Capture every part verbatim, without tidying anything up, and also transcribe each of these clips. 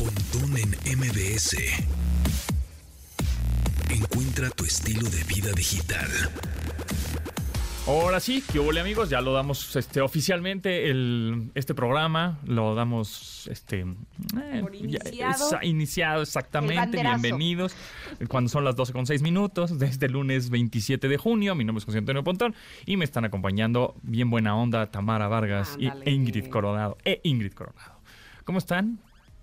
Pontón en M B S. Encuentra tu estilo de vida digital. Ahora sí, ¿qué hubo, amigos? Ya lo damos este, oficialmente, el, este programa, lo damos este, eh, Por iniciado. Ya, es, iniciado exactamente, bienvenidos, cuando son las doce con seis minutos, desde el lunes veintisiete de junio, mi nombre es José Antonio Pontón, y me están acompañando bien buena onda Tamara Vargas y, e Ingrid Coronado, e Ingrid Coronado. ¿Cómo están?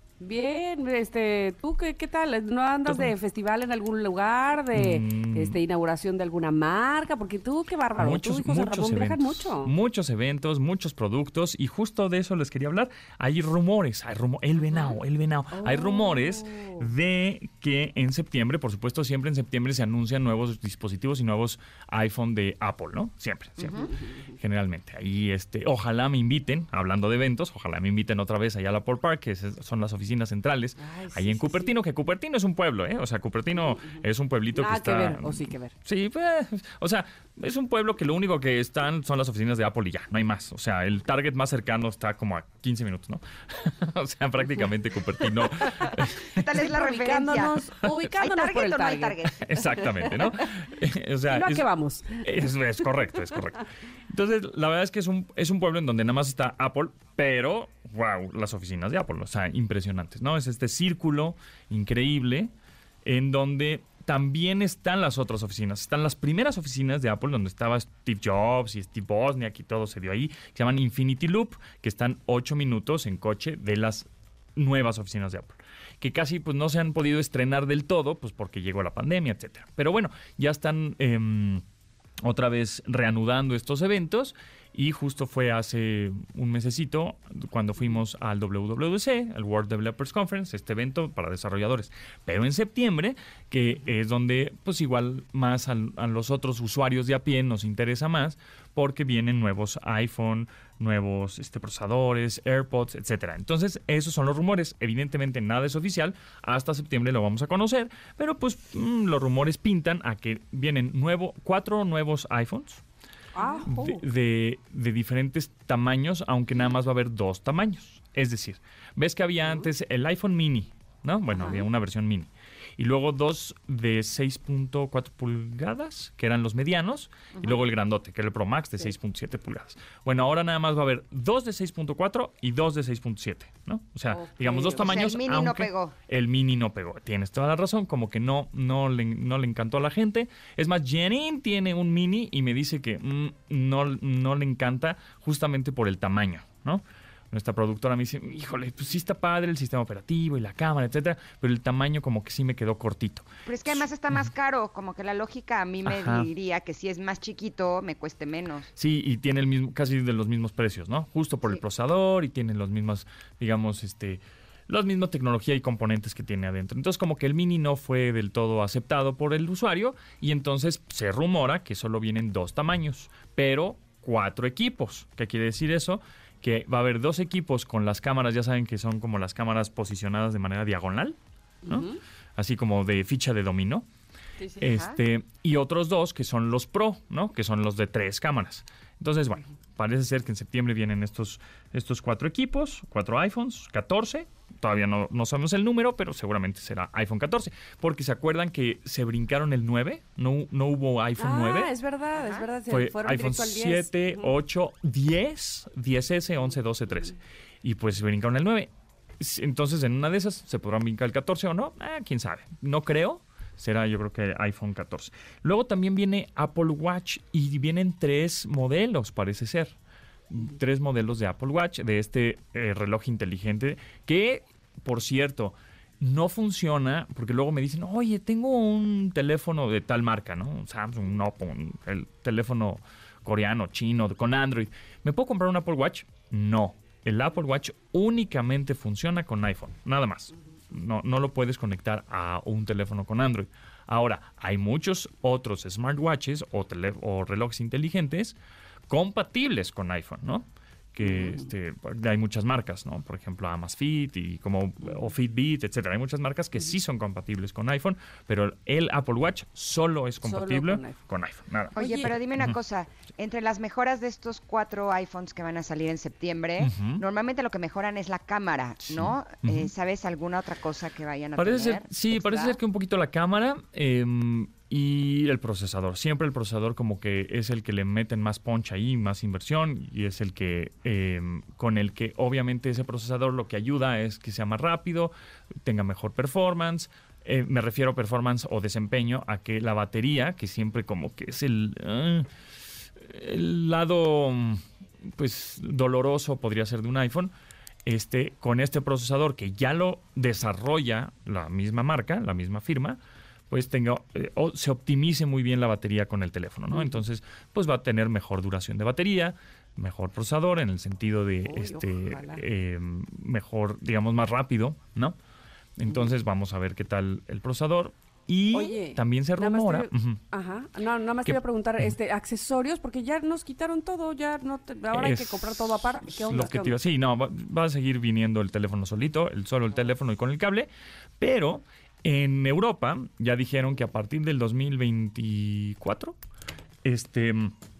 Bien, este, ¿tú qué, qué tal? ¿No andas de festival en algún lugar, de mm. este, inauguración de alguna marca? Porque tú, qué bárbaro, muchos, tú y José muchos Ramón eventos, viajan mucho. Muchos eventos, muchos productos, y justo de eso les quería hablar. Hay rumores, hay rumo, el venado, el venado. Oh. Hay rumores de que en septiembre, por supuesto, siempre en septiembre se anuncian nuevos dispositivos y nuevos iPhone de Apple, ¿no? Siempre, siempre, uh-huh. generalmente. Ahí, este, ojalá me inviten, hablando de eventos, ojalá me inviten otra vez allá al Apple Park, que son las oficinas centrales, Ay, ahí sí, en sí, Cupertino, sí. que Cupertino es un pueblo, ¿eh? O sea, Cupertino uh-huh. es un pueblito Nada que está... que ver, o sí que ver. Sí, pues, o sea, es un pueblo que lo único que están son las oficinas de Apple y ya, no hay más. O sea, el target más cercano está como a quince minutos, ¿no? O sea, prácticamente Cupertino... ¿Qué tal es la ubicándonos, ubicándonos ¿Hay por el target o no hay target? target? Exactamente, ¿no? O sea, ¿Y no a es, qué vamos? Es, es correcto, es correcto. Entonces, la verdad es que es un, es un pueblo en donde nada más está Apple, pero, wow, las oficinas de Apple, o sea, impresionantes, ¿no? Es este círculo increíble en donde también están las otras oficinas. Están las primeras oficinas de Apple donde estaba Steve Jobs y Steve Wozniak y todo se dio ahí, que se llaman Infinity Loop, que están ocho minutos en coche de las nuevas oficinas de Apple, que casi pues no se han podido estrenar del todo, pues porque llegó la pandemia, etcétera. Pero bueno, ya están eh, otra vez reanudando estos eventos. Y justo fue hace un mesecito cuando fuimos al W W D C, al World Developers Conference, este evento para desarrolladores. Pero en septiembre, que es donde pues igual más a, a los otros usuarios de a pie nos interesa más, porque vienen nuevos iPhone, nuevos este, procesadores, AirPods, etcétera. Entonces, esos son los rumores. Evidentemente, nada es oficial. Hasta septiembre lo vamos a conocer. Pero pues mmm, los rumores pintan a que vienen nuevo, cuatro nuevos iPhones. De, de, de diferentes tamaños, aunque nada más va a haber dos tamaños. Es decir, ves que había antes el iPhone mini, ¿no? Bueno, Ajá. había una versión mini. Y luego dos de seis punto cuatro pulgadas, que eran los medianos, Ajá. y luego el grandote, que era el Pro Max de sí. seis punto siete pulgadas. Bueno, ahora nada más va a haber dos de seis punto cuatro y dos de seis punto siete, ¿no? O sea, okay. digamos dos tamaños, o sea, el mini aunque no pegó. El mini no pegó. Tienes toda la razón, como que no, no, le, no le encantó a la gente. Es más, Janine tiene un mini y me dice que mm, no, no le encanta justamente por el tamaño, ¿no? Nuestra productora me dice, híjole, pues sí está padre el sistema operativo y la cámara, etcétera, pero el tamaño como que sí me quedó cortito. Pero es que además está más caro, como que la lógica a mí me Ajá. diría que si es más chiquito, me cueste menos. Sí, y tiene el mismo, casi de los mismos precios, ¿no? Justo por sí. el procesador y tiene los mismos, digamos, este... la misma tecnología y componentes que tiene adentro. Entonces, como que el mini no fue del todo aceptado por el usuario y entonces se rumora que solo vienen dos tamaños, pero cuatro equipos. ¿Qué quiere decir eso? Que va a haber dos equipos con las cámaras, ya saben que son como las cámaras posicionadas de manera diagonal, ¿no? Uh-huh. Así como de ficha de dominó. Sí, sí, este, ajá. y otros dos que son los Pro, ¿no? Que son los de tres cámaras. Entonces, bueno, parece ser que en septiembre vienen estos, estos cuatro equipos, cuatro iPhones, catorce. Todavía no, no sabemos el número, pero seguramente será iPhone catorce. Porque se acuerdan que se brincaron el nueve, no, no hubo iPhone ah, nueve. Ah, es verdad, Ajá. es verdad. Se Fue fueron iPhone directo al diez. siete, uh-huh. ocho, diez, diez ese, once, doce, trece. Uh-huh. Y pues se brincaron el nueve. Entonces, en una de esas, ¿se podrán brincar el catorce o no? Ah, quién sabe. No creo. Será, yo creo que iPhone catorce. Luego también viene Apple Watch y vienen tres modelos, parece ser. Tres modelos de Apple Watch, de este eh, reloj inteligente, que, por cierto, no funciona, porque luego me dicen, oye, tengo un teléfono de tal marca, ¿no? Un Samsung, un Oppo, un, el teléfono coreano, chino, con Android. ¿Me puedo comprar un Apple Watch? No. El Apple Watch únicamente funciona con iPhone, nada más. No, no lo puedes conectar a un teléfono con Android. Ahora, hay muchos otros smartwatches o, tele, o relojes inteligentes compatibles con iPhone, ¿no? que este, hay muchas marcas, ¿no? Por ejemplo, Amazfit y como o Fitbit, etcétera. Hay muchas marcas que sí son compatibles con iPhone, pero el Apple Watch solo es compatible Solo con iPhone. con iPhone. Nada. Oye, Oye, pero dime una cosa, entre las mejoras de estos cuatro iPhones que van a salir en septiembre, Ujú. normalmente lo que mejoran es la cámara, ¿no? Ujú. Eh, ¿Sabes alguna otra cosa que vayan a Parece tener? ser, sí, extra? parece ser que un poquito la cámara eh, y el procesador. Siempre el procesador como que es el que le meten más punch ahí, más inversión, y es el que, eh, con el que obviamente ese procesador lo que ayuda es que sea más rápido, tenga mejor performance. Eh, me refiero a performance o desempeño, a que la batería, que siempre como que es el, uh, el lado pues doloroso podría ser de un iPhone, este, con este procesador que ya lo desarrolla la misma marca, la misma firma, pues tenga, eh, o se optimice muy bien la batería con el teléfono, ¿no? Entonces, pues va a tener mejor duración de batería, mejor procesador en el sentido de Uy, este ojalá. eh, mejor, digamos, más rápido, ¿no? Entonces vamos a ver qué tal el procesador. Y Oye, también se nada más rumora. te- Ujú. Ajá. No, nada más ¿Qué? te iba a preguntar, este, accesorios, porque ya nos quitaron todo, ya no te- ahora hay que Es comprar todo aparte. ¿Qué onda? Lo que ¿Qué te iba- onda? sí, no, va, va a seguir viniendo el teléfono solito, el solo el teléfono y con el cable, pero en Europa ya dijeron que a partir del dos mil veinticuatro, este,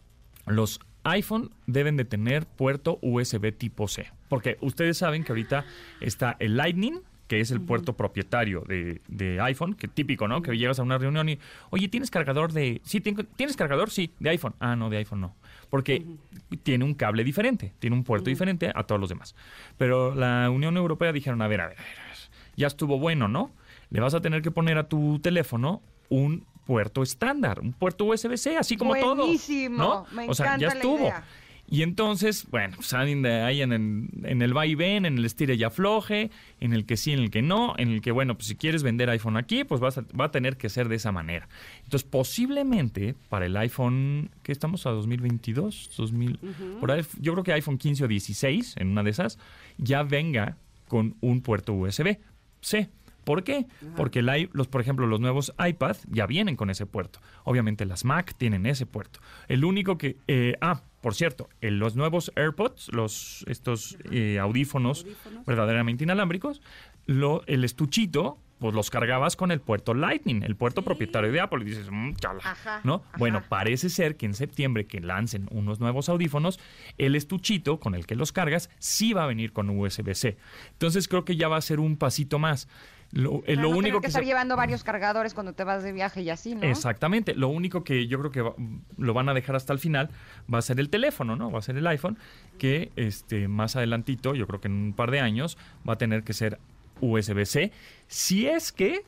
los iPhone deben de tener puerto U S B tipo C, porque ustedes saben que ahorita está el Lightning, que es el puerto propietario de, de iPhone, que típico, ¿no? Que llegas a una reunión y, oye, ¿tienes cargador de...? Sí, ¿tien- ¿tienes cargador? Sí, de iPhone. Ah, no, de iPhone no. Porque tiene un cable diferente, tiene un puerto diferente a todos los demás. Pero la Unión Europea dijeron, a ver, a ver, a ver, a ver, ya estuvo bueno, ¿no? Le vas a tener que poner a tu teléfono un puerto estándar, un puerto U S B C, así como todo. Buenísimo, ¿no? me O sea, ya encanta la estuvo. idea. Y entonces, bueno, salen de ahí en el, en el va y ven, en el estire y afloje, en el que sí, en el que no, en el que, bueno, pues si quieres vender iPhone aquí, pues vas a, va a tener que ser de esa manera. Entonces, posiblemente para el iPhone, ¿qué estamos a dos mil veintidós? dos mil, por ahí, yo creo que iPhone quince o dieciséis, en una de esas, ya venga con un puerto U S B C. ¿Por qué? Porque el i- los, por ejemplo, los nuevos iPad ya vienen con ese puerto. Obviamente las Mac tienen ese puerto. El único que... eh, ah, por cierto, eh, los nuevos AirPods, los, estos eh, audífonos, Audífonos. verdaderamente inalámbricos, lo, el estuchito, pues los cargabas con el puerto Lightning, el puerto propietario de Apple. Y dices, mmm, chala, Ajá, ¿no? ajá. Bueno, parece ser que en septiembre que lancen unos nuevos audífonos, el estuchito con el que los cargas sí va a venir con U S B C. Entonces creo que ya va a ser un pasito más. Lo, eh, Para lo no único tener que que estar se- llevando varios cargadores cuando te vas de viaje y así, ¿no? Exactamente. Lo único que yo creo que va- lo van a dejar hasta el final va a ser el teléfono, ¿no? Va a ser el iPhone, que este más adelantito, yo creo que en un par de años, va a tener que ser U S B C. Si es que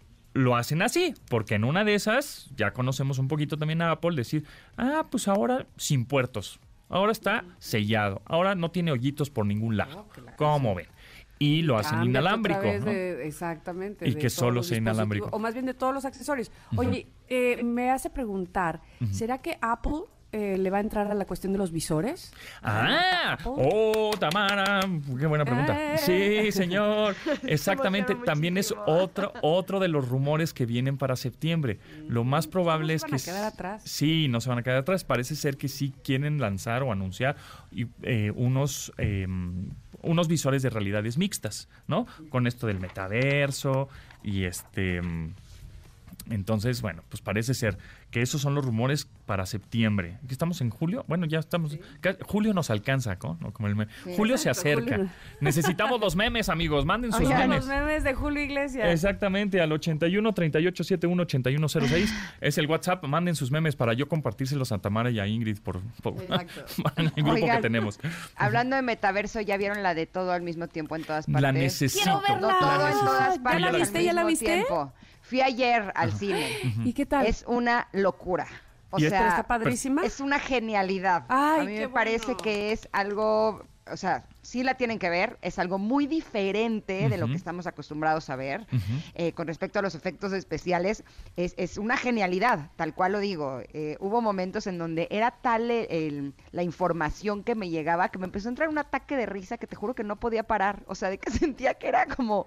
lo hacen así, porque en una de esas, ya conocemos un poquito también a Apple, decir, ah, pues ahora sin puertos. Ahora está sellado. Ahora no tiene hoyitos por ningún lado. Oh, claro, ¿Cómo ven? Y lo hacen Cámbiate inalámbrico, otra vez ¿no? de- exactamente. Y de que todos solo los sea dispositivos, inalámbrico. O más bien de todos los accesorios. Oye, eh, me hace preguntar, ¿será que Apple eh, le va a entrar a la cuestión de los visores? Ah, Apple. oh, Tamara, qué buena pregunta. Eh. Sí, señor. Exactamente, emociona también es muchísimo. otro otro de los rumores que vienen para septiembre. Lo más probable no se es van que a quedar s- atrás. Sí, no se van a quedar atrás. Parece ser que sí quieren lanzar o anunciar y, eh, unos eh, unos visores de realidades mixtas, ¿no? Con esto del metaverso y este mm, entonces, bueno, pues parece ser que esos son los rumores para septiembre. ¿Aquí estamos en julio? Bueno, ya estamos... ca- Julio nos alcanza, ¿no? ¿no? Como el me- Sí. Julio se Exacto, acerca. Julio. Necesitamos los memes, amigos. Manden sus Oigan, memes. los memes de Julio Iglesias. Exactamente, al ochenta y uno, treinta y ocho, setenta y uno, ochenta y uno cero seis es el WhatsApp. Manden sus memes para yo compartírselos a Tamara y a Ingrid por, por Exacto. en el grupo Oigan, que tenemos. Hablando de metaverso, ¿ya vieron la de todo al mismo tiempo en todas partes? La necesito. Quiero verla. Todo la en necesito. todas ¿Ya partes la al viste? ¿Ya la mismo viste? tiempo. Fui ayer al cine. ¿Y qué tal? Es una locura. O Y es- sea, Pero está padrísima. es una genialidad. Ay, a mí qué me parece bueno. que es algo, o sea, sí la tienen que ver, es algo muy diferente de lo Ujú. que estamos acostumbrados a ver. Ujú. Eh, con respecto a los efectos especiales, es, es una genialidad, tal cual lo digo. Eh, hubo momentos en donde era tal el- el- la información que me llegaba que me empezó a entrar un ataque de risa que te juro que no podía parar. O sea, de que sentía que era como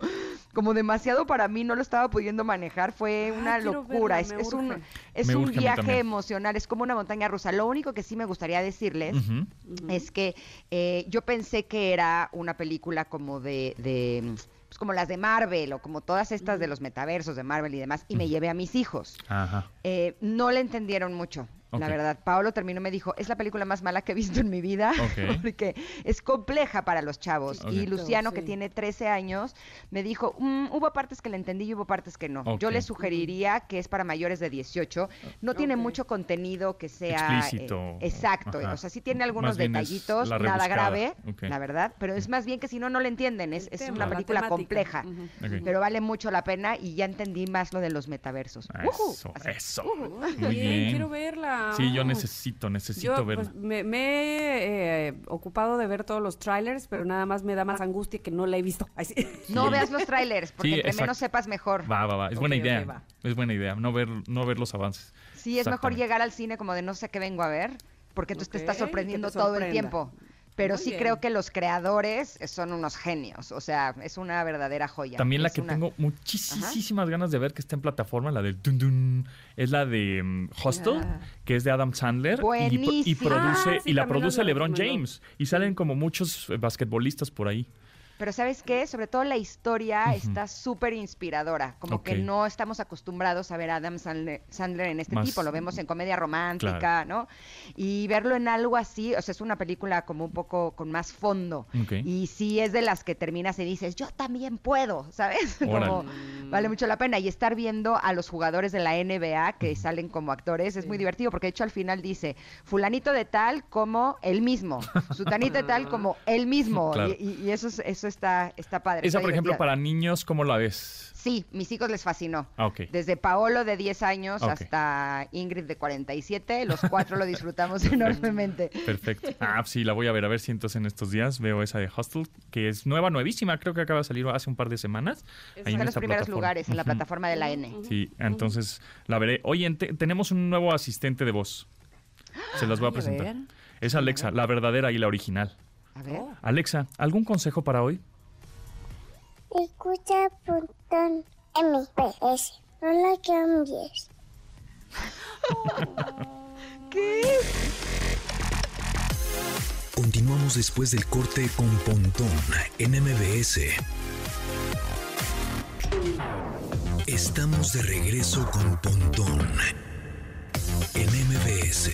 como demasiado para mí, no lo estaba pudiendo manejar, fue una quiero locura, verla, es, me es un, urge. es Me un urge a mí viaje también. emocional, es como una montaña rusa. Lo único que sí me gustaría decirles Ujú. es que eh, yo pensé que era una película como de... de pues como las de Marvel o como todas estas de los metaversos de Marvel y demás, y me llevé a mis hijos. Ajá. Eh, no le entendieron mucho, Ok. la verdad. Paolo terminó y me dijo, es la película más mala que he visto en mi vida, Ok. porque es compleja para los chavos. Ok. Y Luciano, Sí. que tiene trece años, me dijo, "Mm, hubo partes que le entendí y hubo partes que no. Yo Ok. le sugeriría que es para mayores de dieciocho. No tiene Ok. mucho contenido que sea... Explícito. eh, exacto. Ajá. O sea, sí tiene algunos Más bien es detallitos, la nada rebuscada. grave, Ok. la verdad, pero es más bien que si no, no le entienden. Es, El es tema, una la película temática. compleja. Ujú. Ok. Pero vale mucho la pena y ya entendí más lo de los metaversos. Ujú, Eso, así. eso. Muy Muy bien, bien. quiero verla. Sí, yo necesito, necesito Yo verla. pues, me, me he eh, ocupado de ver todos los trailers, pero nada más me da más angustia que no la he visto. Ay, sí. No Sí. veas los trailers, porque Sí, entre exacto. menos sepas mejor. Va, va, va. Es buena Ok, ok, idea. va. Es buena idea. No ver, no ver los avances. Sí, es mejor Exactamente. llegar al cine como de no sé qué vengo a ver, porque entonces te Ok, estás que te sorprendiendo todo el sorprenda. tiempo. Pero Muy sí bien. creo que los creadores son unos genios, o sea, es una verdadera joya. También la Es que una- tengo muchísimas ganas de ver que está en plataforma, la del Dun Dun, es la de um, Hostel, Ah. que es de Adam Sandler. Y, pro- y Buenísima. produce, Ah, sí, y la también produce nos la LeBron recomendó. James. Y salen como muchos eh, basquetbolistas por ahí. Pero ¿sabes qué? Sobre todo la historia está súper inspiradora, como Ok. que no estamos acostumbrados a ver a Adam Sandler, Sandler en este Más- tipo, lo vemos en comedia romántica, Claro. ¿no? Y verlo en algo así, o sea, es una película como un poco con más fondo. Ok. Y sí es de las que terminas y dices, yo también puedo, ¿sabes? Órale. Como vale mucho la pena. Y estar viendo a los jugadores de la N B A que salen como actores es muy divertido, porque de hecho al final dice, fulanito de tal como él mismo, sutanito de tal como él mismo. Claro. Y, y- y eso, es- eso está, está padre. Esa, está por ejemplo, divertida. para niños, ¿cómo la ves? Sí, mis hijos les fascinó. Ah, ok. Desde Paolo de diez años Ok. hasta Ingrid de cuarenta y siete, los cuatro lo disfrutamos enormemente. Perfecto. Ah, sí, la voy a ver. A ver si entonces en estos días veo esa de Hostel, que es nueva, nuevísima. Creo que acaba de salir hace un par de semanas. ahí Está en en los esta primeros plataforma. lugares, en la Ujú. plataforma de la N. Sí, entonces la veré. Oye, te- tenemos un nuevo asistente de voz. Se las voy a Ay, a presentar. ver. Es Alexa, la verdadera y la original. A ver. Oh. Alexa, ¿algún consejo para hoy? Escucha punto M P S. No la cambies. ¿Qué? Continuamos después del corte con Pontón en M B S. Estamos de regreso con Pontón en M B S.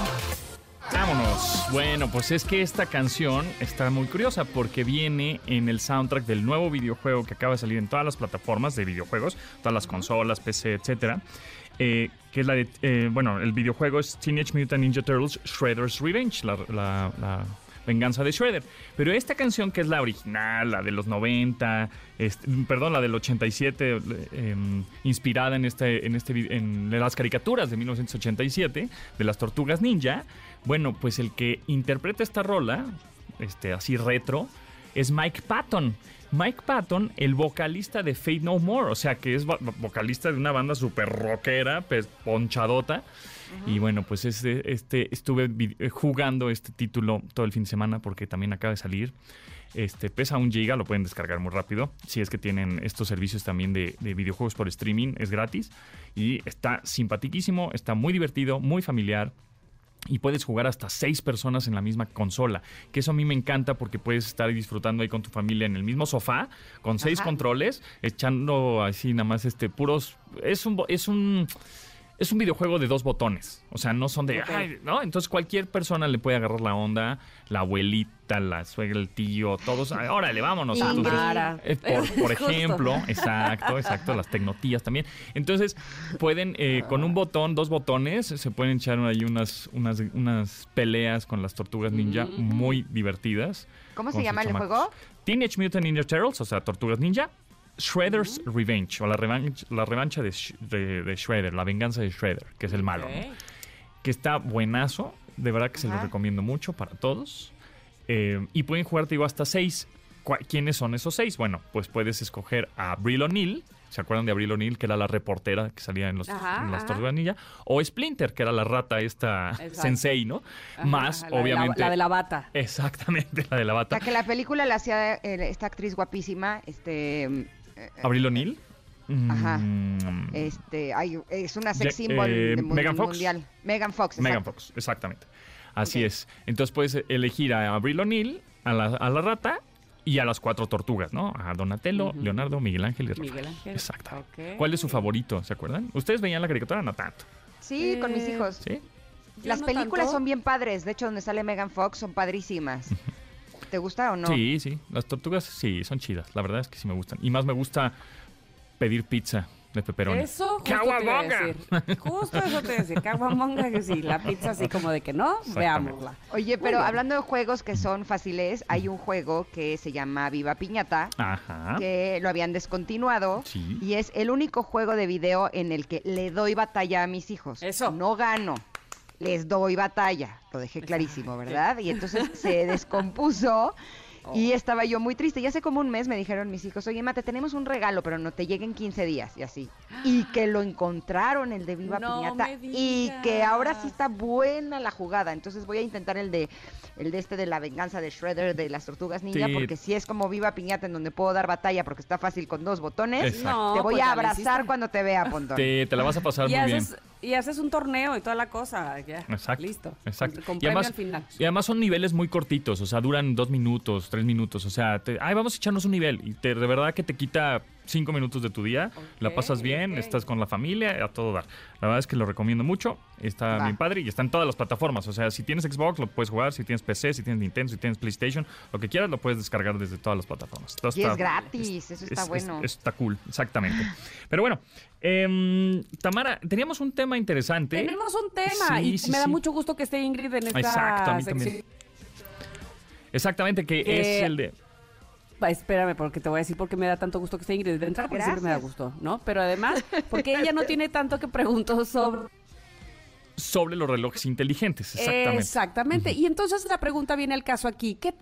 Vámonos. Bueno, pues es que esta canción está muy curiosa porque viene en el soundtrack del nuevo videojuego que acaba de salir en todas las plataformas de videojuegos, todas las consolas, P C, etcétera. Eh, que es la de, eh, bueno, el videojuego es Teenage Mutant Ninja Turtles Shredder's Revenge, la, la- la venganza de Shredder. Pero esta canción, que es la original, la de los noventa, este, perdón, la del ochenta y siete, eh, inspirada en, este, en, este, vi- en las caricaturas de mil novecientos ochenta y siete, de las Tortugas Ninja, bueno, pues el que interpreta esta rola, este, así retro, es Mike Patton. Mike Patton, el vocalista de Faith No More, o sea que es vo- vocalista de una banda súper rockera, pues, ponchadota. Y bueno, pues este, este estuve vi- eh, jugando este título todo el fin de semana porque también acaba de salir. Este pesa un giga, lo pueden descargar muy rápido. Si es que tienen estos servicios también de, de videojuegos por streaming, es gratis. Y está simpaticísimo, está muy divertido, muy familiar. Y puedes jugar hasta seis personas en la misma consola. Que eso a mí me encanta porque puedes estar disfrutando ahí con tu familia en el mismo sofá, con seis Ajá. controles, echando así nada más este puros. Es un. bo- Es un Es un videojuego de dos botones. O sea, no son de... Ok. "Ay", ¿no? Entonces cualquier persona le puede agarrar la onda. La abuelita, la suegra, el tío, todos. "Ay, órale, vámonos". Ingrid. Entonces, Tamara. eh, por, por Justo. ejemplo, exacto, exacto, las tecnotías también. Entonces, pueden, eh, con un botón, dos botones, se pueden echar ahí unas, unas, unas peleas con las tortugas ninja muy divertidas. ¿Cómo se con llama sus el chamacos. juego? Teenage Mutant Ninja Turtles, o sea, tortugas ninja. Shredder's Revenge, o la revancha, la revancha de, Sh- de- de Shredder, la venganza de Shredder, que es el malo, ¿no? Ok. Que está buenazo, de verdad que se lo Ajá. recomiendo mucho para todos. Eh, y pueden jugar, te digo, hasta seis. ¿Cuá- ¿Quiénes son esos seis? Bueno, pues puedes escoger a Abril O'Neil. ¿Se acuerdan de Abril O'Neil, que era la reportera que salía en, los, Ajá, en las ajá. Tortugas Ninja? O Splinter, que era la rata esta Exacto. sensei, ¿no? Ajá, Más, la de la- obviamente... La de la bata. Exactamente, la de la bata. La que la película la hacía eh, esta actriz guapísima, este ¿Abril O'Neil? Ajá. Mm, Este, hay, es una de- sex symbol eh, de mu- Megan Fox. mundial. Megan Fox, Megan exacto. Fox, exactamente. Así Ok. es. Entonces puedes elegir a Abril O'Neil, a la, a la rata y a las cuatro tortugas, ¿no? A Donatello, Ujú. Leonardo, Miguel Ángel y Rafael. Miguel Ángel. Exacto. Ok. ¿Cuál es su favorito? ¿Se acuerdan? ¿Ustedes veían la caricatura? No tanto. Sí, con mis Eh, hijos. ¿Sí? Yo Las no películas tanto. son bien padres. De hecho, donde sale Megan Fox son padrísimas. ¿Te gusta o no? Sí, sí. Las tortugas sí, son chidas. La verdad es que sí me gustan. Y más me gusta pedir pizza de pepperoni. Eso justo te iba a ¡Caguamonga! decir. Justo eso te decía. Caguamonga que sí. La pizza así como de que no, Exactamente. veámosla. Oye, Muy pero bien. hablando de juegos que son fáciles, hay un juego que se llama Viva Piñata, Ajá. que lo habían descontinuado. Sí. Y es el único juego de video en el que le doy batalla a mis hijos. Eso. No gano, les doy batalla. Lo dejé clarísimo, ¿verdad? Y entonces se descompuso y estaba yo muy triste. Y hace como un mes me dijeron mis hijos, oye, Ma, te tenemos un regalo, pero no te llega en quince días. Y así. Y que lo encontraron, el de Viva No Piñata. me Y que ahora sí digas. está buena la jugada. Entonces voy a intentar el de el de este de la venganza de Shredder de las tortugas ninja, Sí. porque si es como Viva Piñata en donde puedo dar batalla porque está fácil con dos botones. Exacto. Te voy pues a ya le abrazar hiciste. cuando te vea, Pontón. Te, te la vas a pasar Y muy bien. haces, y haces un torneo y toda la cosa. Ya. Exacto. Listo. Exacto. Con, con y, premio además, al final. y además son niveles muy cortitos, o sea, duran dos minutos, tres minutos. O sea, te- ay, vamos a echarnos un nivel. Y te, de verdad que te quita cinco minutos de tu día. la Ok, pasas bien, ok. estás con la familia, a todo dar. La verdad es que lo recomiendo mucho. Está Va. bien padre y está en todas las plataformas. O sea, si tienes Xbox, lo puedes jugar. Si tienes P C, si tienes Nintendo, si tienes PlayStation, lo que quieras, lo puedes descargar desde todas las plataformas. Entonces, Y es está- gratis, eso está es- bueno. es- está cool, exactamente. Pero bueno, em, Tamara, teníamos un tema interesante. Tenemos un tema Sí, y sí, me da sí. mucho gusto que esté Ingrid en esta Exacto, a mí sección. también. Exactamente, que Eh, es el de... Va, espérame, porque te voy a decir por qué me da tanto gusto que esté Ingrid. De entrada, porque siempre me da Gracias. gusto, ¿no? Pero además, porque ella no tiene tanto que preguntó sobre... sobre los relojes inteligentes, exactamente. Exactamente. Y entonces la pregunta viene al caso aquí. ¿Qué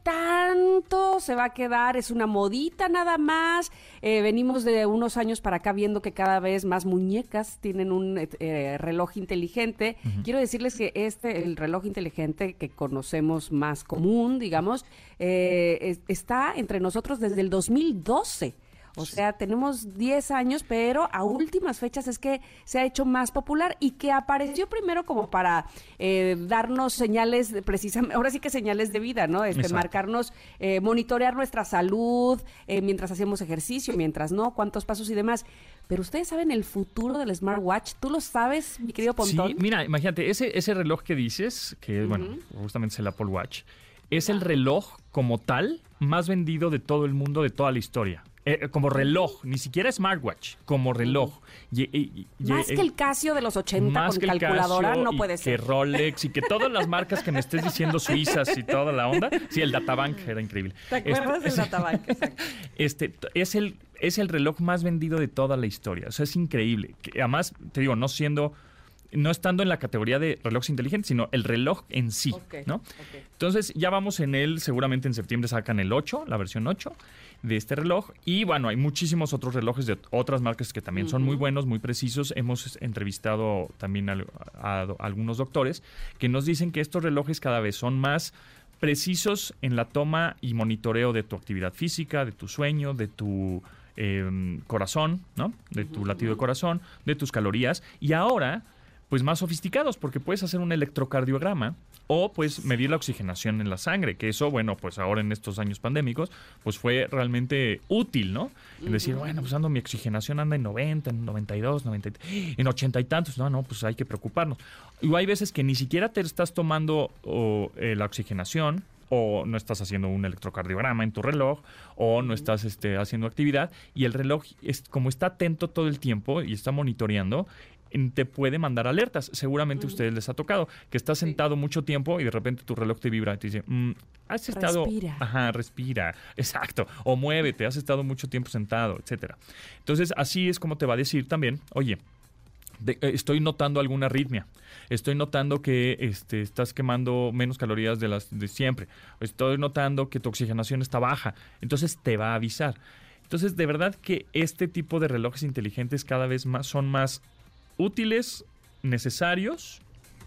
tanto se va a quedar? ¿Es una modita nada más? Eh, venimos de unos años para acá viendo que cada vez más muñecas tienen un eh, reloj inteligente. Quiero decirles que este, el reloj inteligente que conocemos más común, digamos, eh, es- está entre nosotros desde el dos mil doce. O sea, tenemos diez años, pero a últimas fechas es que se ha hecho más popular y que apareció primero como para eh, darnos señales, de- precisamente, ahora sí que señales de vida, ¿no? Este, Exacto. marcarnos, eh, monitorear nuestra salud eh, mientras hacemos ejercicio, mientras no, cuántos pasos y demás. Pero ustedes saben el futuro del smartwatch. ¿Tú lo sabes, mi querido Pontón? Sí, mira, imagínate, ese, ese reloj que dices, que bueno, justamente es el Apple Watch, es el reloj como tal más vendido de todo el mundo, de toda la historia. Eh, como reloj, ni siquiera smartwatch, como reloj. Y- y- y- Más y- que el Casio de los ochenta más con que el calculadora, Casio no y puede que ser. Rolex y que todas las marcas que me estés diciendo suizas y toda la onda. Sí, el Databank era increíble. ¿Te acuerdas del Databank? Exacto. Este t- es el es el reloj más vendido de toda la historia. O sea, es increíble. Que además, te digo, no siendo no estando en la categoría de relojes inteligentes, sino el reloj en sí, Ok, ¿no? ok. Entonces, ya vamos en él, seguramente en septiembre sacan el ocho, la versión ocho de este reloj. Y bueno, hay muchísimos otros relojes de otras marcas que también son muy buenos, muy precisos. Hemos entrevistado también a, a- a algunos doctores que nos dicen que estos relojes cada vez son más precisos en la toma y monitoreo de tu actividad física, de tu sueño, de tu eh, corazón, ¿no? De tu latido de corazón, de tus calorías. Y ahora, pues más sofisticados, porque puedes hacer un electrocardiograma o pues medir la oxigenación en la sangre, que eso, bueno, pues ahora en estos años pandémicos, pues fue realmente útil, ¿no? En decir, bueno, pues ando, mi oxigenación anda en noventa, en noventa y dos, noventa, en ochenta y tantos, no, no, pues hay que preocuparnos. Y hay veces que ni siquiera te estás tomando o, eh, la oxigenación, o no estás haciendo un electrocardiograma en tu reloj, o no estás este, haciendo actividad, y el reloj, es, como está atento todo el tiempo y está monitoreando, en- te puede mandar alertas. Seguramente a ustedes les ha tocado que estás sentado mucho tiempo y de repente tu reloj te vibra y te dice, mm, has estado... Respira. Ajá, respira, exacto. O muévete, has estado mucho tiempo sentado, etcétera. Entonces, así es como te va a decir también, oye, de- eh, estoy notando alguna arritmia, estoy notando que este, estás quemando menos calorías de las de siempre, estoy notando que tu oxigenación está baja, entonces te va a avisar. Entonces, de verdad que este tipo de relojes inteligentes cada vez más son más útiles, necesarios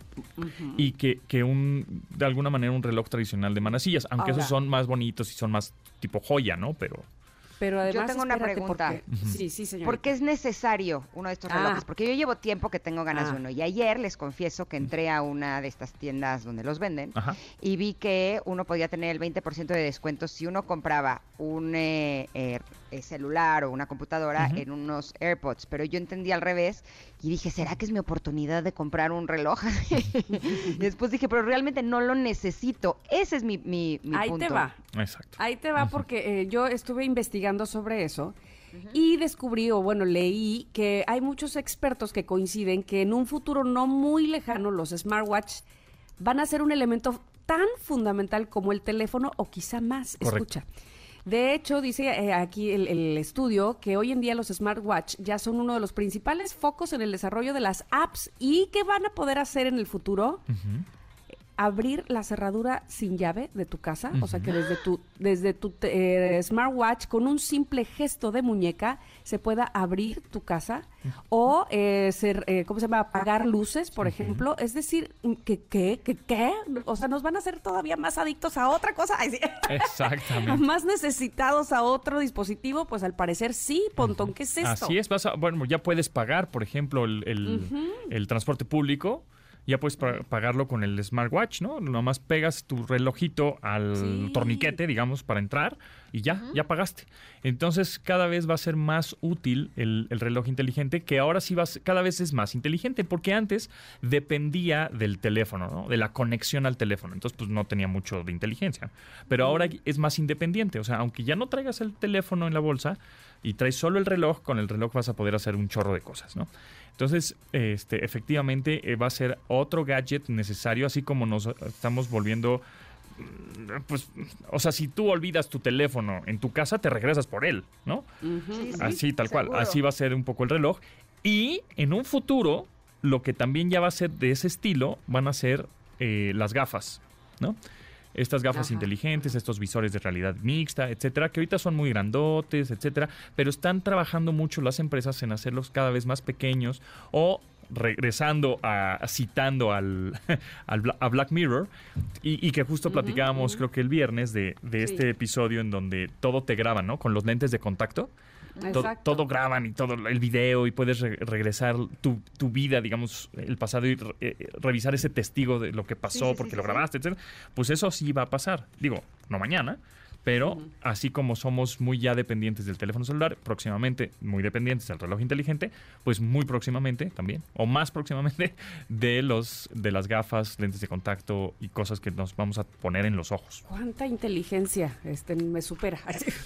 y que, que un de alguna manera un reloj tradicional de manecillas, aunque Ahora. esos son más bonitos y son más tipo joya, ¿no? Pero Pero además, Yo tengo una espérate, pregunta. porque- Ujú. Sí, sí, señor. ¿Por qué es necesario uno de estos Ah. relojes? Porque yo llevo tiempo que tengo ganas Ah. de uno. Y ayer les confieso que entré a una de estas tiendas donde los venden Ajá. y vi que uno podía tener el veinte por ciento de descuento si uno compraba un eh, eh, eh, celular o una computadora Ujú. en unos AirPods. Pero yo entendí al revés y dije, ¿será que es mi oportunidad de comprar un reloj? Y después dije, pero realmente no lo necesito. Ese es mi, mi, mi Ahí punto. te va. Exacto. Ahí te va porque eh, yo estuve investigando sobre eso y descubrí, o bueno, leí que hay muchos expertos que coinciden que en un futuro no muy lejano los smartwatch van a ser un elemento tan fundamental como el teléfono o quizá más. Correcto. Escucha. De hecho, dice eh, aquí el, el estudio que hoy en día los smartwatch ya son uno de los principales focos en el desarrollo de las apps y que van a poder hacer en el futuro Ujú. abrir la cerradura sin llave de tu casa, o sea Ujú. que desde tu desde tu eh, smartwatch con un simple gesto de muñeca se pueda abrir tu casa o eh, ser, eh, ¿cómo se llama? Apagar luces, por ejemplo. Es decir, que qué, que qué, o sea, nos van a hacer todavía más adictos a otra cosa, Ay, sí. Exactamente. más necesitados a otro dispositivo, pues al parecer sí, Pontón, ¿qué es esto? Así es, vas a- bueno, ya puedes pagar, por ejemplo, el, el- el transporte público, ya puedes pa- pagarlo con el smartwatch, ¿no? Nomás pegas tu relojito al Sí. torniquete, digamos, para entrar y ya, ya pagaste. Entonces, cada vez va a ser más útil el, el reloj inteligente, que ahora sí va a ser- cada vez es más inteligente, porque antes dependía del teléfono, ¿no? De la conexión al teléfono. Entonces, pues no tenía mucho de inteligencia. Pero ahora es más independiente. O sea, aunque ya no traigas el teléfono en la bolsa y traes solo el reloj, con el reloj vas a poder hacer un chorro de cosas, ¿no? Entonces, este, efectivamente, eh, va a ser otro gadget necesario, así como nos estamos volviendo, mm, pues, o sea, si tú olvidas tu teléfono en tu casa, te regresas por él, ¿no? Ujú. Sí, sí, Así, tal cual. seguro. Así va a ser un poco el reloj. Y en un futuro, lo que también ya va a ser de ese estilo, van a ser eh, las gafas, ¿no? Estas gafas Ajá. inteligentes, estos visores de realidad mixta, etcétera, que ahorita son muy grandotes, etcétera, pero están trabajando mucho las empresas en hacerlos cada vez más pequeños o regresando a, a citando al, al Bla- a Black Mirror y, y que justo platicábamos creo que el viernes de, de Sí. este episodio en donde todo te graban, ¿no? Con los lentes de contacto. To- Exacto. todo graban y todo el video y puedes re- regresar tu, tu vida, digamos, el pasado y re- eh, revisar ese testigo de lo que pasó Sí, sí, sí, porque sí, lo sí. grabaste, etcétera. Pues eso sí va a pasar. Digo, no mañana, pero así como somos muy ya dependientes del teléfono celular, próximamente muy dependientes del reloj inteligente, pues muy próximamente también, o más próximamente, de los de las gafas, lentes de contacto y cosas que nos vamos a poner en los ojos. Cuánta inteligencia, este me supera.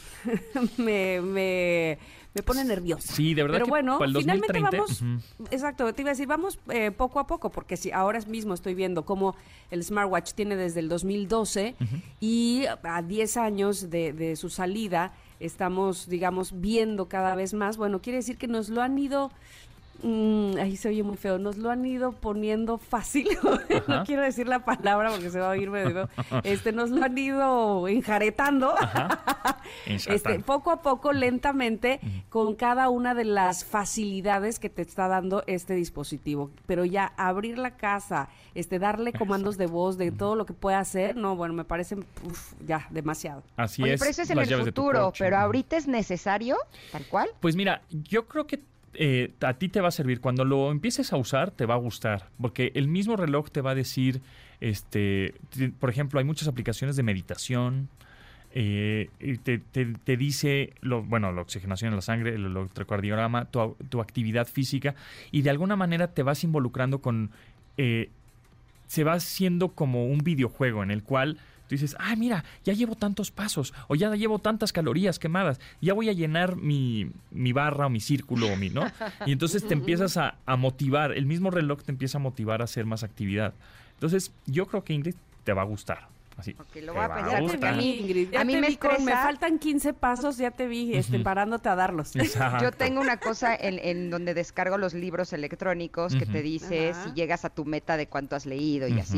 me, me, me pone nerviosa. Sí, de verdad Pero que bueno, para el finalmente dos mil treinta, vamos, ujú. exacto, te iba a decir, vamos eh, poco a poco, porque si ahora mismo estoy viendo cómo el smartwatch tiene desde el dos mil doce y a diez años de, de su salida estamos, digamos, viendo cada vez más, bueno, quiere decir que nos lo han ido... Mm, ahí se oye muy feo. Nos lo han ido poniendo fácil. Ajá. No quiero decir la palabra porque se va a oír medio. Este, nos lo han ido enjaretando. Este, Exacto. poco a poco, lentamente, con cada una de las facilidades que te está dando este dispositivo. Pero ya abrir la casa, este, darle comandos de voz de todo lo que puede hacer, no, bueno, me parece uf, ya demasiado. Así Oye, es. pero eso es en las el llaves de tu futuro, coche. pero Ujú. ahorita es necesario, tal cual. Pues mira, yo creo que eh, a ti te va a servir. Cuando lo empieces a usar, te va a gustar. Porque el mismo reloj te va a decir, este, te- por ejemplo, hay muchas aplicaciones de meditación. eh, y te, te- te dice, lo, bueno, la oxigenación en la sangre, el electrocardiograma, tu, au- tu actividad física. Y de alguna manera te vas involucrando con... eh, se va haciendo como un videojuego en el cual tú dices, ah, mira, ya llevo tantos pasos, o ya llevo tantas calorías quemadas, ya voy a llenar mi, mi barra o mi círculo, o mi, ¿no? Y entonces te empiezas a, a motivar, el mismo reloj te empieza a motivar a hacer más actividad. Entonces, yo creo que Ingrid te va a gustar. Así, Ok, lo te voy a va pensar. Ya te gustar. vi, Ingrid, ya A mí te me vi con- me estresa- faltan quince pasos, ya te vi este, Ujú. parándote a darlos. Exacto. Yo tengo una cosa en, en donde descargo los libros electrónicos que te Ujú. dice Ajá. si llegas a tu meta de cuánto has leído y así. Ujú.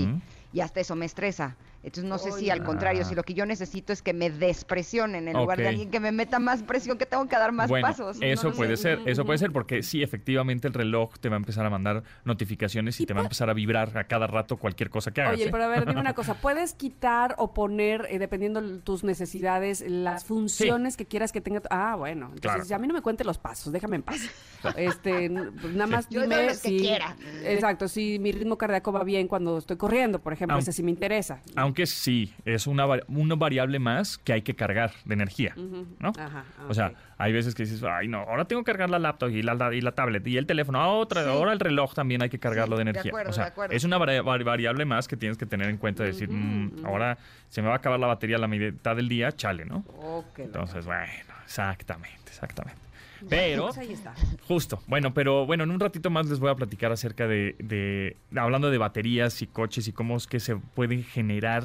y hasta eso me estresa. Entonces no sé si al Ah. contrario, si lo que yo necesito es que me despresionen en lugar de Ok. alguien que me meta más presión, que tengo que dar más Bueno, pasos. eso No lo puede sé. ser, eso puede ser, porque sí, efectivamente el reloj te va a empezar a mandar notificaciones y, te va a empezar a vibrar a cada rato cualquier cosa que hagas. Oye, ¿eh? pero a ver, dime una cosa. ¿Puedes quitar o poner, eh, dependiendo de tus necesidades, las funciones que quieras que tenga? Ah, bueno. Entonces, Claro. ya a mí no me cuente los pasos, déjame en paz. Este, n- pues nada más Yo doy dime los que si... quiera. Exacto, si mi ritmo cardíaco va bien cuando estoy corriendo, por ejemplo, Aun- ese sí me interesa. Aunque sí, es una, vari- una variable más que hay que cargar de energía, ¿no? Ajá, ah, O sea, ok. hay veces que dices, ay, no, ahora tengo que cargar la laptop y la, la- y la tablet y el teléfono, ah, otra, Sí. ahora el reloj también hay que cargarlo Sí, de de energía. acuerdo, o sea, de acuerdo. es una vari- vari- variable más que tienes que tener en cuenta, de decir, "Mm, ahora se me va a acabar la batería a la mitad del día, chale, ¿no? Ok. Entonces, bueno, exactamente, exactamente. Pero, Pues ahí está. justo, bueno, pero bueno, en un ratito más les voy a platicar acerca de, de hablando de baterías y coches y cómo es que se pueden generar,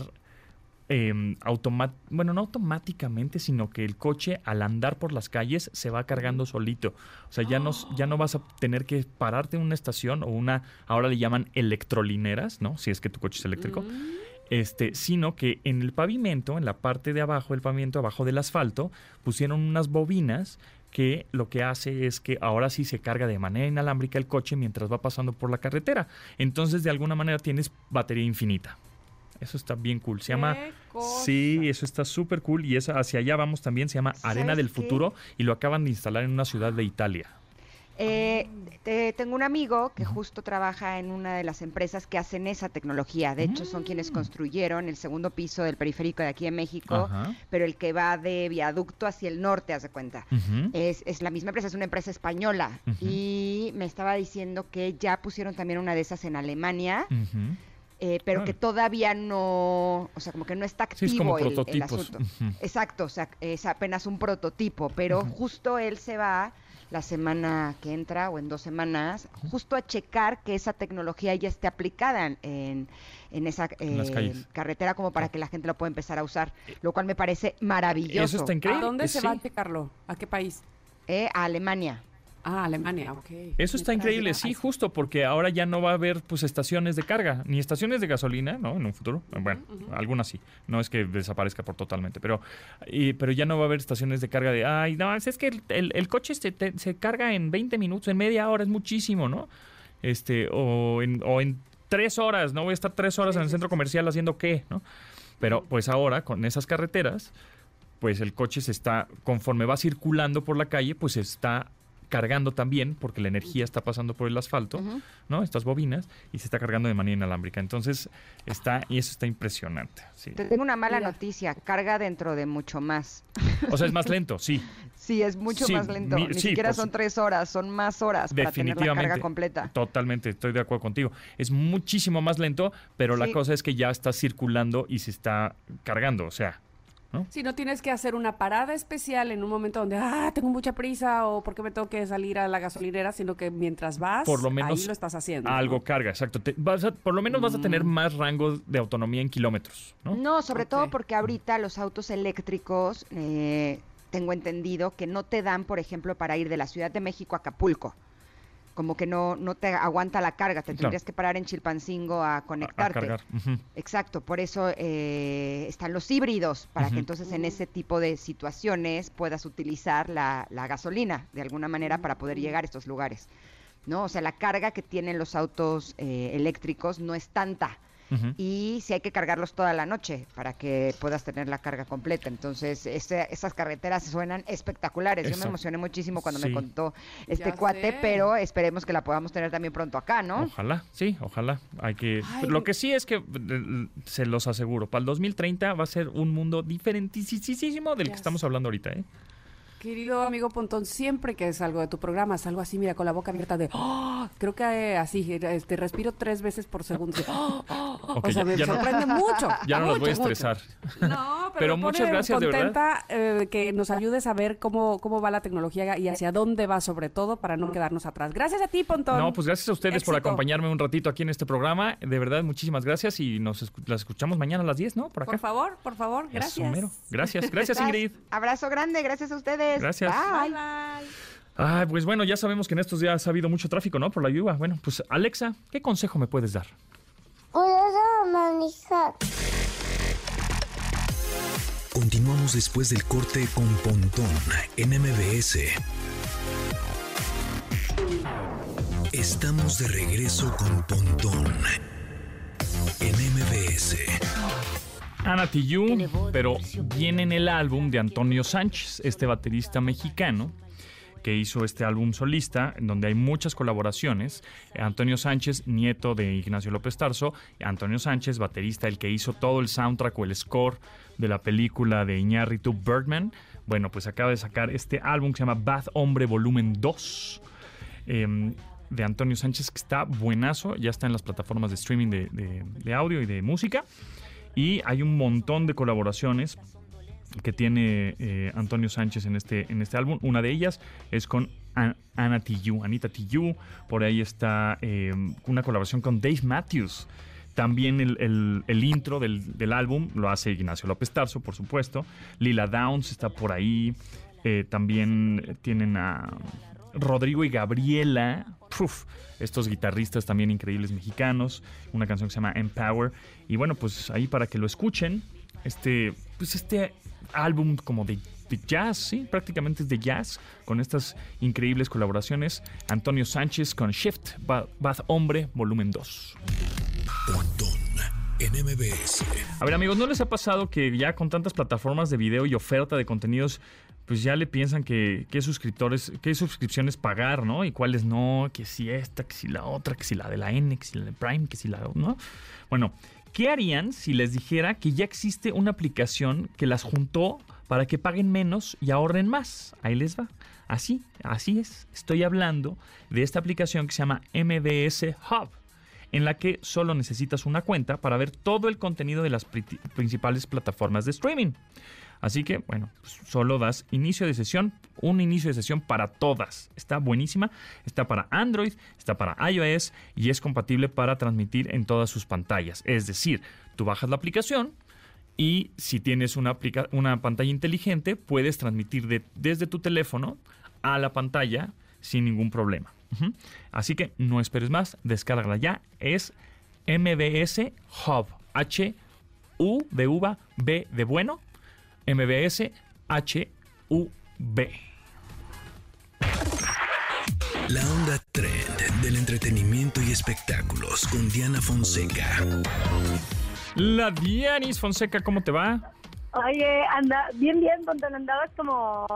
eh, automa- bueno, no automáticamente, sino que el coche al andar por las calles se va cargando solito. O sea, ya no, ya no vas a tener que pararte en una estación o una, ahora le llaman electrolineras, ¿no? Si es que tu coche es eléctrico. Este, sino que en el pavimento, en la parte de abajo del pavimento, abajo del asfalto, pusieron unas bobinas que lo que hace es que ahora sí se carga de manera inalámbrica el coche mientras va pasando por la carretera. Entonces, de alguna manera tienes batería infinita. Eso está bien cool. Se llama... ¿Qué cosa? Sí, eso está súper cool y esa, hacia allá vamos también. Se llama Arena ¿Sabes del qué? Futuro y lo acaban de instalar en una ciudad de Italia. Eh, te- tengo un amigo que justo trabaja en una de las empresas que hacen esa tecnología. De hecho, son quienes construyeron el segundo piso del periférico de aquí en México, Ajá. pero el que va de viaducto hacia el norte, haz de cuenta. Ujú. Es, es la misma empresa, es una empresa española. Ujú. Y me estaba diciendo que ya pusieron también una de esas en Alemania, Ujú. eh, pero Órale. que todavía no, o sea, como que no está Sí, activo es como el- el, prototipos. asunto. Ujú. Exacto, o sea, es apenas un prototipo, pero justo él se va la semana que entra o en dos semanas, justo a checar que esa tecnología ya esté aplicada en, en, en esa En las eh, calles. carretera como para que la gente lo pueda empezar a usar, lo cual me parece maravilloso. Eso está ¿A increíble. dónde se Sí. va a checarlo? ¿A qué país? Eh, a Alemania. Ah, Alemania, ok. Eso está increíble, sí, justo porque ahora ya no va a haber pues estaciones de carga, ni estaciones de gasolina, ¿no? En un futuro, bueno, algunas sí, no es que desaparezca por totalmente, pero y- pero ya no va a haber estaciones de carga de, ay, no, es que el, el- el coche se, te- se carga en veinte minutos, en media hora, es muchísimo, ¿no? Este, o en, o en tres horas, ¿no? Voy a estar tres horas en el centro comercial haciendo qué, ¿no? Pero pues ahora con esas carreteras, pues el coche se está, conforme va circulando por la calle, pues se está cargando también, porque la energía está pasando por el asfalto, ¿no? Estas bobinas, y se está cargando de manera inalámbrica. Entonces, está, y eso está impresionante. Sí. Te tengo una mala Mira. noticia, carga dentro de mucho más. O sea, es más lento, sí. Sí, es mucho Sí, más lento. mi- Ni sí, siquiera por son su- tres horas, son más horas para tener la Definitivamente. carga completa. Totalmente, estoy de acuerdo contigo. Es muchísimo más lento, pero la Sí. cosa es que ya está circulando y se está cargando, o sea, ¿no? Si no tienes que hacer una parada especial en un momento donde, ah, tengo mucha prisa o porque me tengo que salir a la gasolinera, sino que mientras vas, Por lo menos ahí lo estás haciendo. algo ¿no? carga, exacto. Te- vas a- por lo menos vas a tener más rango de autonomía en kilómetros, ¿no? No, sobre Ok. todo porque ahorita los autos eléctricos, eh, tengo entendido que no te dan, por ejemplo, para ir de la Ciudad de México a Acapulco. Como que no, no te aguanta la carga, te Claro. tendrías que parar en Chilpancingo a A- a conectarte. cargar. Ujú. Exacto, por eso eh, están los híbridos, para Ujú. que entonces en ese tipo de situaciones puedas utilizar la, la gasolina de alguna manera para poder llegar a estos lugares, ¿no? O sea, la carga que tienen los autos eh, eléctricos no es tanta. Ujú. Y si hay que cargarlos toda la noche para que puedas tener la carga completa. Entonces, ese- esas carreteras suenan espectaculares. Yo me Exacto. emocioné muchísimo cuando Sí. me contó este Ya cuate, sé. pero esperemos que la podamos tener también pronto acá, ¿no? Ojalá, sí, ojalá. Hay que. Ay. Lo que sí es que eh, se los aseguro, para el dos mil treinta va a ser un mundo diferentísimo del Ya que estamos sé. hablando ahorita, ¿eh? Querido amigo Pontón, siempre que salgo de tu programa, salgo así, mira, con la boca abierta de, ¡oh! Creo que eh, así, este, respiro tres veces por segundo. ¡Oh! ¡Oh! Ok, o sea, ya- me ya no- sorprende mucho. Ya no los voy a mucho, mucho. estresar. No, pero, Pero me muchas pone gracias, de verdad. contenta eh, que nos ayudes a ver cómo, cómo va la tecnología y hacia dónde va, sobre todo, para no quedarnos atrás. Gracias a ti, Pontón. No, pues gracias a ustedes por Éxito. acompañarme un ratito aquí en este programa. De verdad, muchísimas gracias y nos escu- las escuchamos mañana a las diez, ¿no? Por acá. Por favor, por favor, Eso, gracias. mero. Gracias, gracias Ingrid. Abrazo grande, gracias a ustedes. Gracias. Bye. Bye, bye. Ay, pues bueno, ya sabemos que en estos días ha habido mucho tráfico, ¿no? Por la lluvia. Bueno, pues Alexa, ¿qué consejo me puedes dar? Puedo manejar. Continuamos después del corte con Pontón en M B S. Estamos de regreso con Pontón en M B S. Ana Tijoux, pero viene en el álbum de Antonio Sánchez, este baterista mexicano que hizo este álbum solista, en donde hay muchas colaboraciones. Antonio Sánchez, nieto de Ignacio López Tarso. Antonio Sánchez, baterista, el que hizo todo el soundtrack o el score de la película de Iñárritu, Birdman. Bueno, pues acaba de sacar este álbum que se llama Bad Hombre Volumen dos. Eh, de Antonio Sánchez, que está buenazo. Ya está en las plataformas de streaming de, de, de audio y de música. Y hay un montón de colaboraciones que tiene eh, Antonio Sánchez en este, en este álbum. Una de ellas es con An- Ana Tijoux, Anita Tijoux. Por ahí está eh, una colaboración con Dave Matthews. También el, el, el intro del, del álbum lo hace Ignacio López Tarso, por supuesto. Lila Downs está por ahí. Eh, también tienen a Rodrigo y Gabriela. Uf, estos guitarristas también increíbles mexicanos. Una canción que se llama Empower. Y bueno, pues ahí para que lo escuchen. Este, pues este álbum como de, de jazz, sí, prácticamente es de jazz, con estas increíbles colaboraciones. Antonio Sánchez con Shift, Bad, Bad Hombre, volumen dos. Pontón en M B S. A ver, amigos, ¿no les ha pasado que ya con tantas plataformas de video y oferta de contenidos, pues ya le piensan que qué suscriptores, qué suscripciones pagar, ¿no? Y cuáles no, que si esta, que si la otra, que si la de la N, que si la de Prime, que si la, ¿no? Bueno, ¿qué harían si les dijera que ya existe una aplicación que las juntó para que paguen menos y ahorren más? Ahí les va. Así, así es. Estoy hablando de esta aplicación que se llama M B S Hub, en la que solo necesitas una cuenta para ver todo el contenido de las pri- principales plataformas de streaming. Así que, bueno, pues solo das inicio de sesión, un inicio de sesión para todas. Está buenísima, está para Android, está para iOS y es compatible para transmitir en todas sus pantallas. Es decir, tú bajas la aplicación y si tienes una, aplica- una pantalla inteligente, puedes transmitir de- desde tu teléfono a la pantalla sin ningún problema. Uh-huh. Así que no esperes más, descárgala ya. Es M B S Hub, H U de uva, B de bueno, M B S H U B. La onda trend del entretenimiento y espectáculos con Diana Fonseca. La Dianis Fonseca, ¿cómo te va? Oye, anda bien, bien, donde andabas como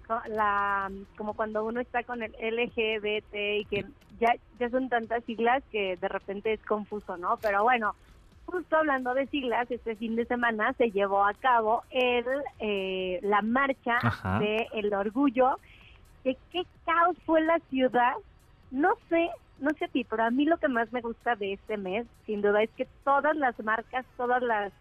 la como cuando uno está con el L G B T y que ya, ya son tantas siglas que de repente es confuso, ¿no? Pero bueno, justo hablando de siglas, este fin de semana se llevó a cabo el eh, la marcha Ajá. del orgullo. ¿De qué caos fue la ciudad? No sé, no sé a ti, pero a mí lo que más me gusta de este mes, sin duda, es que todas las marcas, todas las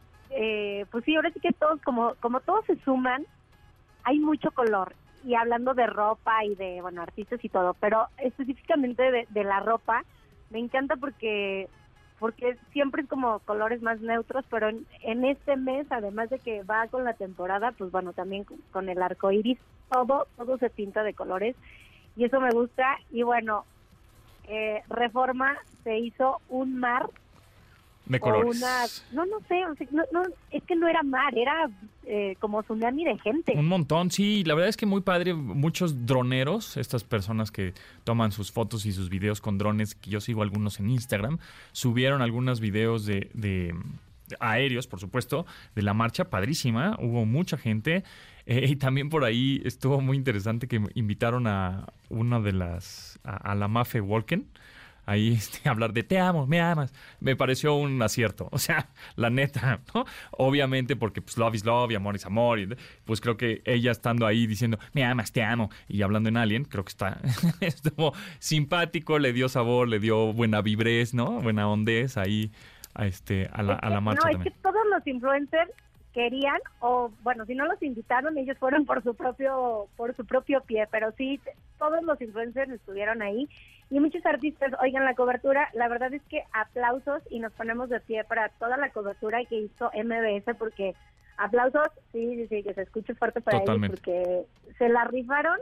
Eh, pues sí, ahora sí que todos, como como todos se suman, hay mucho color. Y hablando de ropa y de, bueno, artistas y todo, pero específicamente de, de la ropa, me encanta porque porque siempre es como colores más neutros, pero en, en este mes, además de que va con la temporada, pues bueno, también con, con el arco iris, todo, todo se pinta de colores, y eso me gusta. Y bueno, eh, Reforma se hizo un mar De o colores. una, no, no sé, o sea, no, no, es que no era mar, era eh, como tsunami de gente. Un montón, sí. La verdad es que muy padre. Muchos droneros, estas personas que toman sus fotos y sus videos con drones, que yo sigo algunos en Instagram, subieron algunos videos de, de, de aéreos, por supuesto, de la marcha, padrísima. Hubo mucha gente. Eh, y también por ahí estuvo muy interesante que invitaron a una de las, a, a la Mafe Walken. Ahí este, hablar de te amo, me amas, me pareció un acierto, o sea, la neta, ¿no? Obviamente porque pues love is love y amor es amor, y pues creo que ella estando ahí diciendo me amas, te amo, y hablando en Alien, creo que está estuvo simpático, le dio sabor, le dio buena vibrez, ¿no? Buena ondez ahí a, este, a, la, a la marcha no, también. es que todos los influencers querían, o bueno, si no los invitaron, ellos fueron por su propio por su propio pie, pero sí, todos los influencers estuvieron ahí. Y muchos artistas, oigan, la cobertura, la verdad es que aplausos, y nos ponemos de pie para toda la cobertura que hizo M B S, porque aplausos, sí, sí, sí, que se escuche fuerte para Totalmente. ellos, porque se la rifaron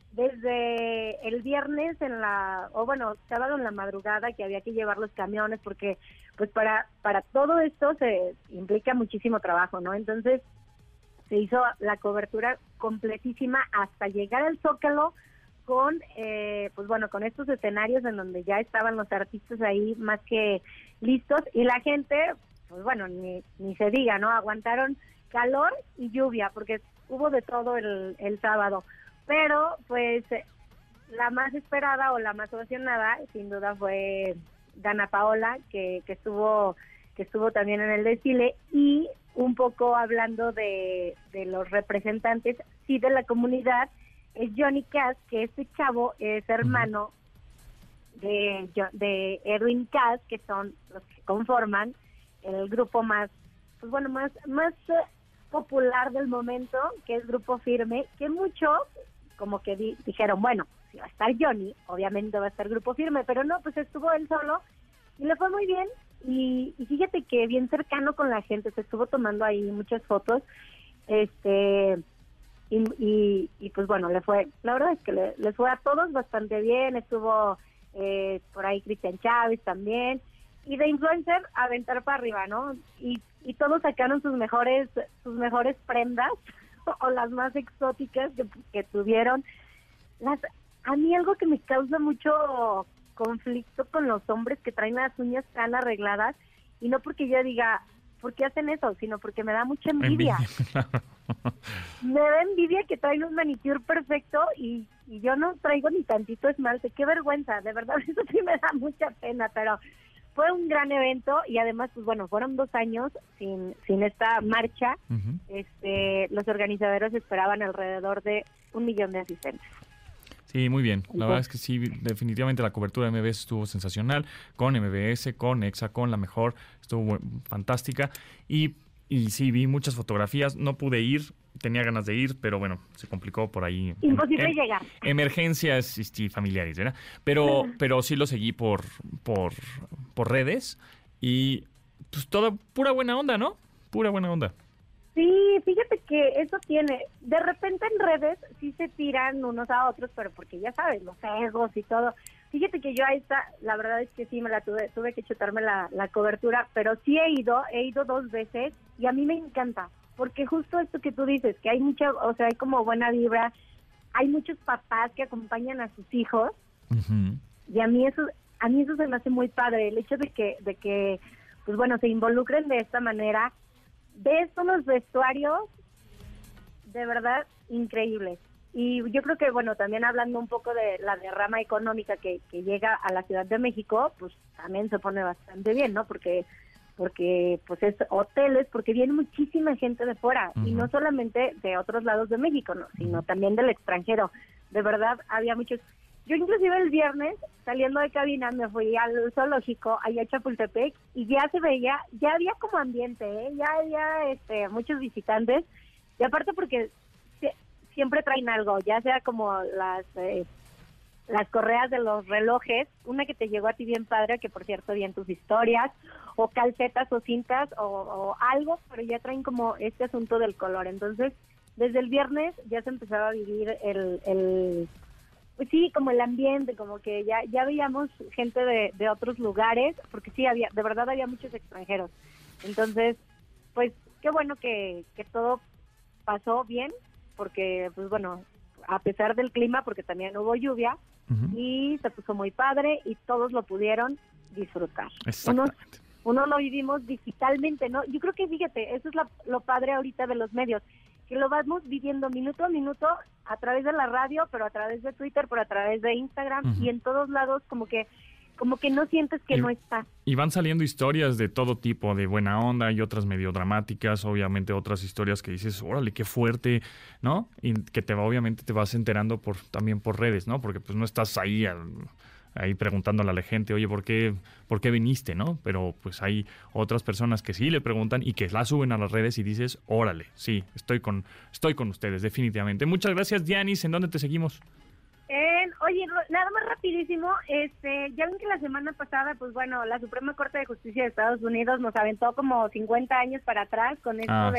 desde el viernes en la, o bueno, sábado en la madrugada que había que llevar los camiones porque pues para, para todo esto se implica muchísimo trabajo, ¿no? Entonces se hizo la cobertura completísima hasta llegar al Zócalo con, eh, pues bueno, con estos escenarios en donde ya estaban los artistas ahí más que listos y la gente, pues bueno, ni, ni se diga, ¿no? Aguantaron calor y lluvia porque hubo de todo el, el sábado. Pero, pues, la más esperada o la más ovacionada, sin duda, fue Dana Paola, que, que estuvo que estuvo también en el desfile, y un poco hablando de, de los representantes, sí, de la comunidad, es Johnny Cass, que este chavo es hermano de, de Edwin Cass, que son los que conforman el grupo más, pues bueno, más, más popular del momento, que es Grupo Firme, que muchos como que di, dijeron, bueno, si va a estar Johnny, obviamente va a estar Grupo Firme, pero no, pues estuvo él solo y le fue muy bien y, y fíjate que bien cercano con la gente, se estuvo tomando ahí muchas fotos, este y, y, y pues bueno, le fue, la verdad es que le, les fue a todos bastante bien, estuvo eh, por ahí Cristian Chávez también, y de influencer aventar para arriba, ¿no? Y, y todos sacaron sus mejores, sus mejores prendas, o las más exóticas que, que tuvieron. Las, a mí algo que me causa mucho conflicto con los hombres que traen las uñas tan arregladas, y no porque yo diga, ¿por qué hacen eso? Sino porque me da mucha envidia. envidia. Me da envidia que traen un manicure perfecto y, y yo no traigo ni tantito esmalte. Qué vergüenza, de verdad, eso sí me da mucha pena, pero fue un gran evento y además, pues bueno, fueron dos años sin sin esta marcha. Uh-huh. Este, los organizadores esperaban alrededor de un millón de asistentes. Sí, muy bien. La verdad es que sí, definitivamente la cobertura de M B S estuvo sensacional, con M B S, con EXA, con la mejor, estuvo fantástica. Y, y sí, vi muchas fotografías, no pude ir, tenía ganas de ir, pero bueno, se complicó por ahí. Imposible em, llegar. Emergencias sí, familiares, ¿verdad? Pero, pero sí lo seguí por, por, por redes y pues toda pura buena onda, ¿no? Pura buena onda. Sí, fíjate que eso tiene, de repente en redes sí se tiran unos a otros, pero porque ya sabes, los egos y todo. Fíjate que yo a esta, la verdad es que sí me la tuve, tuve que chutarme la, la cobertura, pero sí he ido, he ido dos veces y a mí me encanta, porque justo esto que tú dices, que hay mucha, o sea, hay como buena vibra, hay muchos papás que acompañan a sus hijos, uh-huh. y a mí eso, a mí eso se me hace muy padre, el hecho de que, de que, pues bueno, se involucren de esta manera. Ves los vestuarios de verdad increíbles. Y yo creo que, bueno, también hablando un poco de la derrama económica que, que llega a la Ciudad de México, pues también se pone bastante bien, ¿no? Porque, porque pues es hoteles, porque viene muchísima gente de fuera, uh-huh. y no solamente de otros lados de México, ¿no? Sino también del extranjero. De verdad, había muchos... Yo inclusive el viernes, saliendo de cabina, me fui al zoológico, allá a Chapultepec, y ya se veía, ya había como ambiente, ¿eh? Ya había este, muchos visitantes, y aparte porque se, siempre traen algo, ya sea como las eh, las correas de los relojes, una que te llegó a ti bien padre, que por cierto vi en tus historias, o calcetas o cintas, o, o algo, pero ya traen como este asunto del color. Entonces, desde el viernes ya se empezaba a vivir el... el pues sí, como el ambiente, como que ya ya veíamos gente de, de otros lugares, porque sí, había de verdad había muchos extranjeros. Entonces, pues qué bueno que, que todo pasó bien, porque pues bueno, a pesar del clima, porque también hubo lluvia, uh-huh. y se puso muy padre y todos lo pudieron disfrutar. Unos, uno lo vivimos digitalmente, ¿no? Yo creo que, fíjate, eso es la, lo padre ahorita de los medios, que lo vamos viviendo minuto a minuto a través de la radio, pero a través de Twitter, pero a través de Instagram, uh-huh. y en todos lados como que como que no sientes que y, no está. Y van saliendo historias de todo tipo, de buena onda y otras medio dramáticas, obviamente otras historias que dices, órale, qué fuerte, ¿no? Y que te va, obviamente te vas enterando por también por redes, ¿no? Porque pues no estás ahí al... ahí preguntándole a la gente, oye, ¿por qué, ¿por qué viniste, no? Pero pues hay otras personas que sí le preguntan y que la suben a las redes y dices, órale, sí, estoy con estoy con ustedes, definitivamente. Muchas gracias, Dianis. ¿En dónde te seguimos? Eh, oye, nada más rapidísimo, este, ya ven que la semana pasada, pues bueno, la Suprema Corte de Justicia de Estados Unidos nos aventó como cincuenta años para atrás con esto ah, del, sí.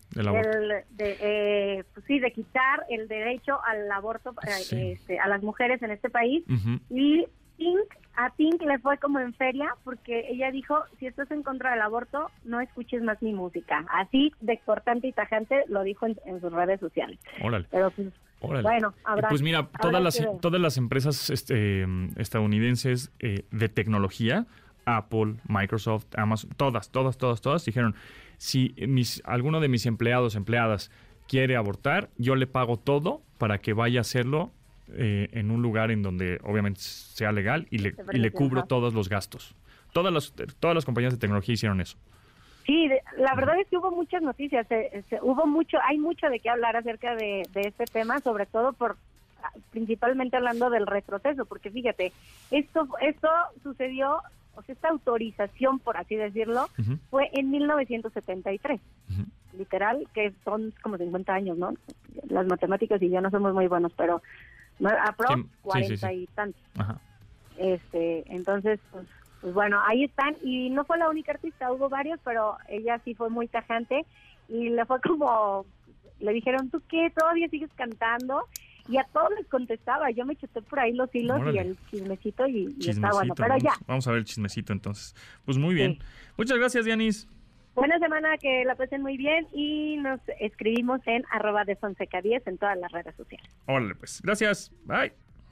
Del aborto. El de, eh, pues sí, de quitar el derecho al aborto eh, Sí. este, a las mujeres en este país. Ujú. Y Pink, a Pink le fue como en feria porque ella dijo, si estás en contra del aborto, no escuches más mi música. Así de cortante y tajante lo dijo en, en sus redes sociales. Órale. Pero pues, Órale. bueno, habrá. Y pues mira, habrá todas las, que ver. todas las empresas este, estadounidenses eh, de tecnología, Apple, Microsoft, Amazon, todas, todas, todas, todas dijeron, si mis, alguno de mis empleados, empleadas quiere abortar, yo le pago todo para que vaya a hacerlo eh, en un lugar en donde obviamente sea legal y le, Se y le permite, cubro ajá. todos los gastos. Todas las, todas las compañías de tecnología hicieron eso. Sí, de- la verdad es que hubo muchas noticias, se- se- hubo mucho, hay mucho de qué hablar acerca de, de este tema, sobre todo por principalmente hablando del retroceso, porque fíjate, esto esto sucedió, o sea, esta autorización, por así decirlo, Ujú, fue en mil novecientos setenta y tres, ujú. literal, que son como cincuenta años, ¿no? Las matemáticas y yo no somos muy buenos, pero no, apro, Sí, sí, sí, cuarenta sí. y tantos. Ajá. Este, entonces, pues, pues bueno, ahí están. Y no fue la única artista, hubo varios, pero ella sí fue muy tajante y le fue como, le dijeron, ¿tú qué? ¿Todavía sigues cantando? Y a todos les contestaba. Yo me chuté por ahí los hilos Órale. y el chismecito y, y está Chismecito. bueno. Pero vamos, ya, vamos a ver el chismecito entonces. Pues muy bien. Sí. Muchas gracias, Dianis. buena semana, que la pasen muy bien y nos escribimos en arroba de Fonseca diez en todas las redes sociales. Órale, pues. Gracias. Bye.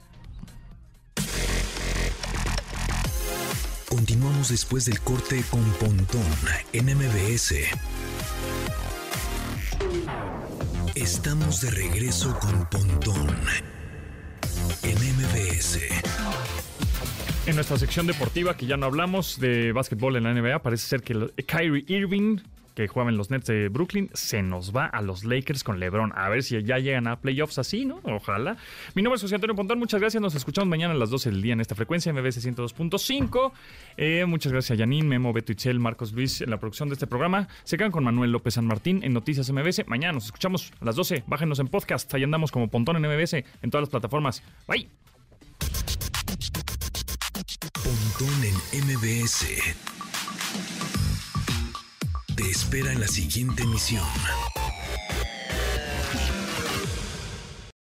Continuamos después del corte con Pontón en M B S. Estamos de regreso con Pontón en M B S. En nuestra sección deportiva, que ya no hablamos de básquetbol en la N B A, parece ser que el- Kyrie Irving, que jugaba en los Nets de Brooklyn, se nos va a los Lakers con LeBron. A ver si ya llegan a playoffs así, ¿no? Ojalá. Mi nombre es José Antonio Pontón, muchas gracias. Nos escuchamos mañana a las doce del día en esta frecuencia, M B S ciento dos punto cinco. Eh, muchas gracias a Janine, Memo, Beto Itzel, Marcos Luis en la producción de este programa. Se quedan con Manuel López San Martín en Noticias M B S. Mañana nos escuchamos a las doce. Bájenos en podcast. Ahí andamos como Pontón en M B S en todas las plataformas. Bye. Pontón en M B S. Te espera en la siguiente emisión.